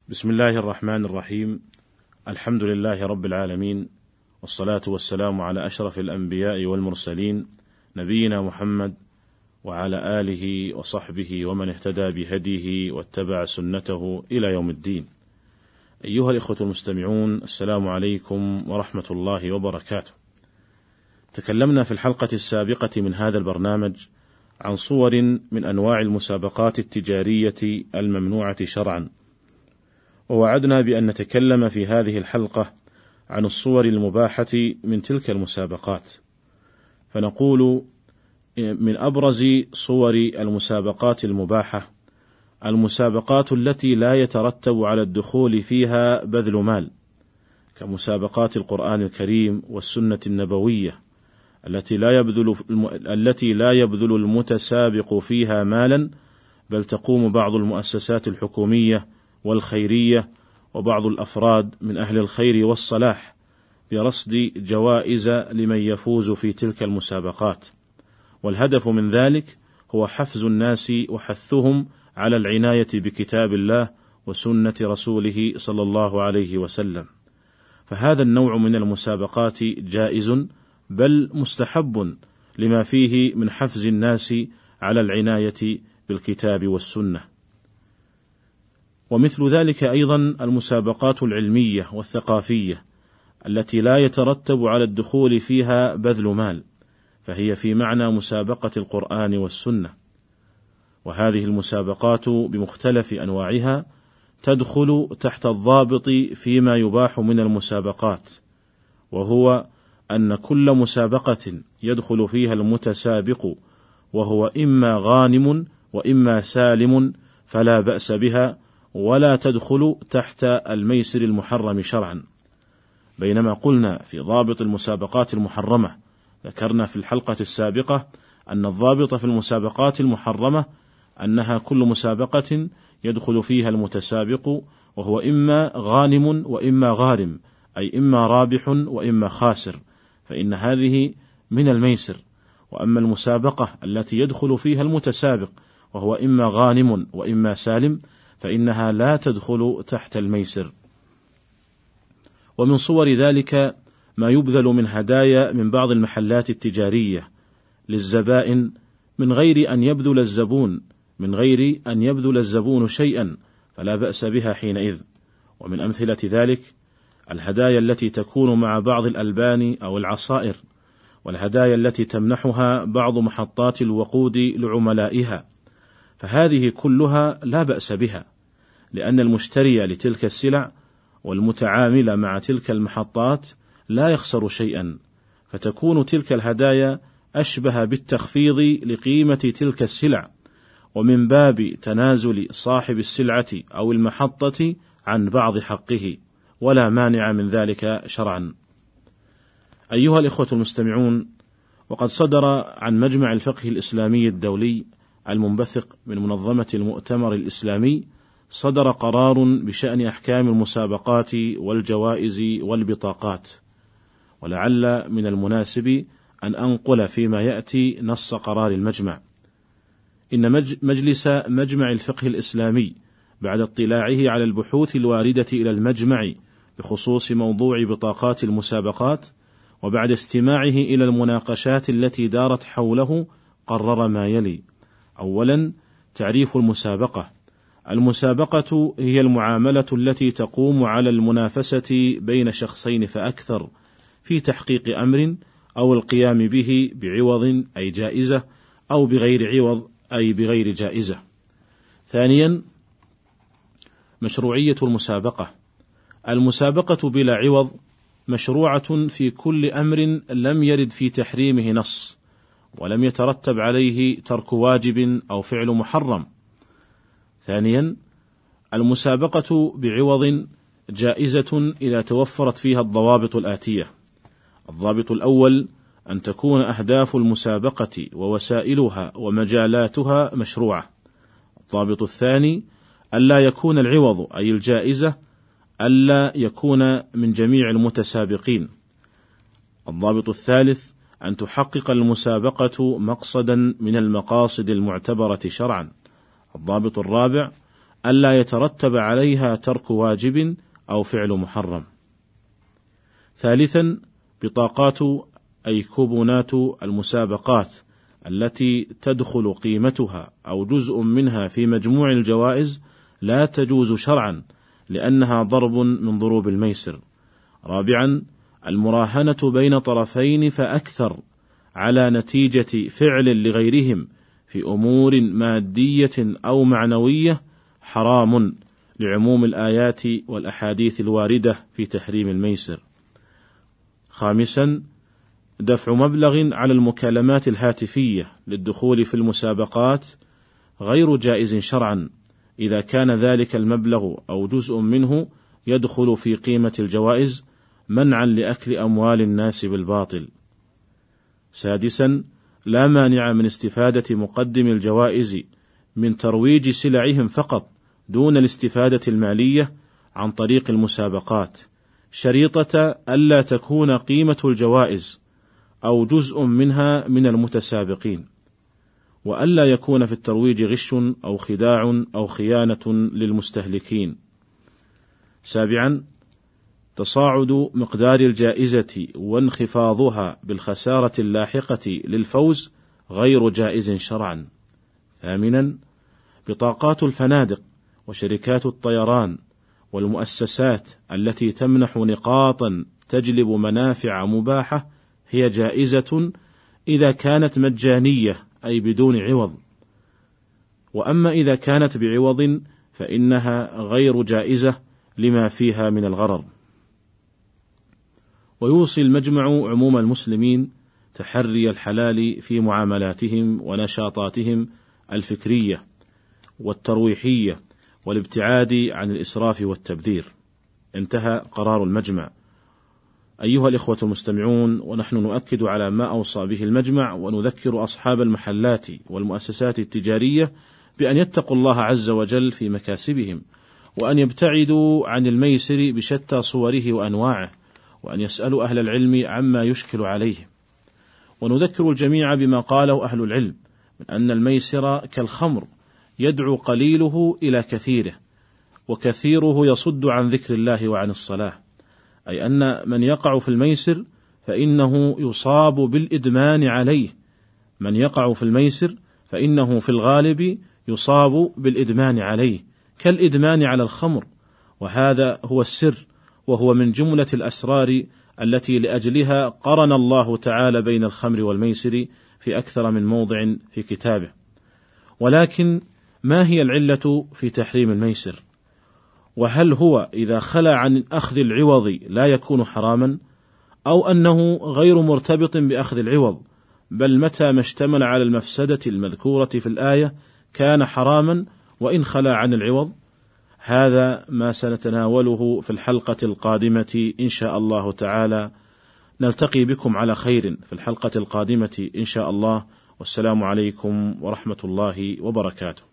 بسم الله الرحمن الرحيم. الحمد لله رب العالمين، والصلاة والسلام على أشرف الأنبياء والمرسلين، نبينا محمد وعلى آله وصحبه ومن اهتدى بهديه واتبع سنته إلى يوم الدين. أيها الإخوة المستمعون، السلام عليكم ورحمة الله وبركاته. تكلمنا في الحلقة السابقة من هذا البرنامج عن صور من أنواع المسابقات التجارية الممنوعة شرعا، ووعدنا بأن نتكلم في هذه الحلقة عن الصور المباحة من تلك المسابقات. فنقول: من أبرز صور المسابقات المباحة المسابقات التي لا يترتب على الدخول فيها بذل مال، كمسابقات القرآن الكريم والسنة النبوية التي لا يبذل المتسابق فيها مالا، بل تقوم بعض المؤسسات الحكومية والخيرية وبعض الأفراد من أهل الخير والصلاح برصد جوائز لمن يفوز في تلك المسابقات، والهدف من ذلك هو حفز الناس وحثهم على العناية بكتاب الله وسنة رسوله صلى الله عليه وسلم. فهذا النوع من المسابقات جائز بل مستحب لما فيه من حفز الناس على العناية بالكتاب والسنة. ومثل ذلك أيضا المسابقات العلمية والثقافية التي لا يترتب على الدخول فيها بذل مال، فهي في معنى مسابقة القرآن والسنة. وهذه المسابقات بمختلف أنواعها تدخل تحت الضابط فيما يباح من المسابقات، وهو أن كل مسابقة يدخل فيها المتسابق وهو إما غانم وإما سالم فلا بأس بها، ولا تدخل تحت الميسر المحرم شرعا. بينما قلنا في ضابط المسابقات المحرمة، ذكرنا في الحلقة السابقة أن الضابط في المسابقات المحرمة أنها كل مسابقة يدخل فيها المتسابق وهو إما غانم وإما غارم، أي إما رابح وإما خاسر، فإن هذه من الميسر. وأما المسابقة التي يدخل فيها المتسابق وهو إما غانم وإما سالم فإنها لا تدخل تحت الميسر. ومن صور ذلك ما يبذل من هدايا من بعض المحلات التجارية للزبائن من غير أن يبذل الزبون شيئا، فلا بأس بها حينئذ. ومن أمثلة ذلك الهدايا التي تكون مع بعض الألبان أو العصائر، والهدايا التي تمنحها بعض محطات الوقود لعملائها، فهذه كلها لا بأس بها، لأن المشتري لتلك السلع والمتعامل مع تلك المحطات لا يخسر شيئا، فتكون تلك الهدايا أشبه بالتخفيض لقيمة تلك السلع، ومن باب تنازل صاحب السلعة أو المحطة عن بعض حقه، ولا مانع من ذلك شرعا. أيها الإخوة المستمعون، وقد صدر عن مجمع الفقه الإسلامي الدولي المنبثق من منظمة المؤتمر الإسلامي صدر قرار بشأن أحكام المسابقات والجوائز والبطاقات، ولعل من المناسب أن أنقل فيما يأتي نص قرار المجمع. إن مجمع الفقه الإسلامي بعد اطلاعه على البحوث الواردة إلى المجمع بخصوص موضوع بطاقات المسابقات، وبعد استماعه إلى المناقشات التي دارت حوله، قرر ما يلي: أولا، تعريف المسابقة هي المعاملة التي تقوم على المنافسة بين شخصين فأكثر في تحقيق أمر أو القيام به بعوض أي جائزة، أو بغير عوض أي بغير جائزة. ثانيا، مشروعية المسابقة بلا عوض مشروعة في كل أمر لم يرد في تحريمه نص، ولم يترتب عليه ترك واجب أو فعل محرم. ثانيا، المسابقة بعوض جائزة إذا توفرت فيها الضوابط الآتية: الضابط الأول أن تكون أهداف المسابقة ووسائلها ومجالاتها مشروعة. الضابط الثاني ألا يكون العوض أي الجائزة ألا يكون من جميع المتسابقين. الضابط الثالث أن تحقق المسابقة مقصدا من المقاصد المعتبرة شرعا. الضابط الرابع ألا يترتب عليها ترك واجب أو فعل محرم. ثالثا، بطاقات أي كوبونات المسابقات التي تدخل قيمتها أو جزء منها في مجموع الجوائز لا تجوز شرعا لأنها ضرب من ضروب الميسر. رابعا، المراهنة بين طرفين فأكثر على نتيجة فعل لغيرهم في أمور مادية أو معنوية حرام لعموم الآيات والأحاديث الواردة في تحريم الميسر. خامسا، دفع مبلغ على المكالمات الهاتفية للدخول في المسابقات غير جائز شرعا إذا كان ذلك المبلغ أو جزء منه يدخل في قيمة الجوائز منعا لأكل أموال الناس بالباطل. سادسا، لا مانع من استفادة مقدم الجوائز من ترويج سلعهم فقط دون الاستفادة المالية عن طريق المسابقات، شريطة ألا تكون قيمة الجوائز أو جزء منها من المتسابقين، وألا يكون في الترويج غش أو خداع أو خيانة للمستهلكين. سابعا، تصاعد مقدار الجائزة وانخفاضها بالخسارة اللاحقة للفوز غير جائز شرعا. ثامنا، بطاقات الفنادق وشركات الطيران والمؤسسات التي تمنح نقاطا تجلب منافع مباحة هي جائزة إذا كانت مجانية أي بدون عوض، وأما إذا كانت بعوض فإنها غير جائزة لما فيها من الغرر. ويوصي المجمع عموم المسلمين تحري الحلال في معاملاتهم ونشاطاتهم الفكرية والترويحية والابتعاد عن الإسراف والتبذير. انتهى قرار المجمع. أيها الإخوة المستمعون، ونحن نؤكد على ما أوصى به المجمع ونذكر أصحاب المحلات والمؤسسات التجارية بأن يتقوا الله عز وجل في مكاسبهم، وأن يبتعدوا عن الميسر بشتى صوره وأنواعه، وأن يسألوا أهل العلم عما يشكل عليه. ونذكر الجميع بما قاله أهل العلم من أن الميسر كالخمر يدعو قليله إلى كثيره، وكثيره يصد عن ذكر الله وعن الصلاة، أي أن من يقع في الميسر فإنه يصاب بالإدمان عليه. من يقع في الميسر فإنه في الغالب يصاب بالإدمان عليه كالإدمان على الخمر، وهذا هو السر، وهو من جملة الأسرار التي لأجلها قرن الله تعالى بين الخمر والميسر في أكثر من موضع في كتابه. ولكن ما هي العلة في تحريم الميسر؟ وهل هو إذا خلى عن أخذ العوض لا يكون حراما، أو أنه غير مرتبط بأخذ العوض، بل متى ما اشتمل على المفسدة المذكورة في الآية كان حراما وإن خلى عن العوض؟ هذا ما سنتناوله في الحلقة القادمة إن شاء الله تعالى. نلتقي بكم على خير في الحلقة القادمة إن شاء الله، والسلام عليكم ورحمة الله وبركاته.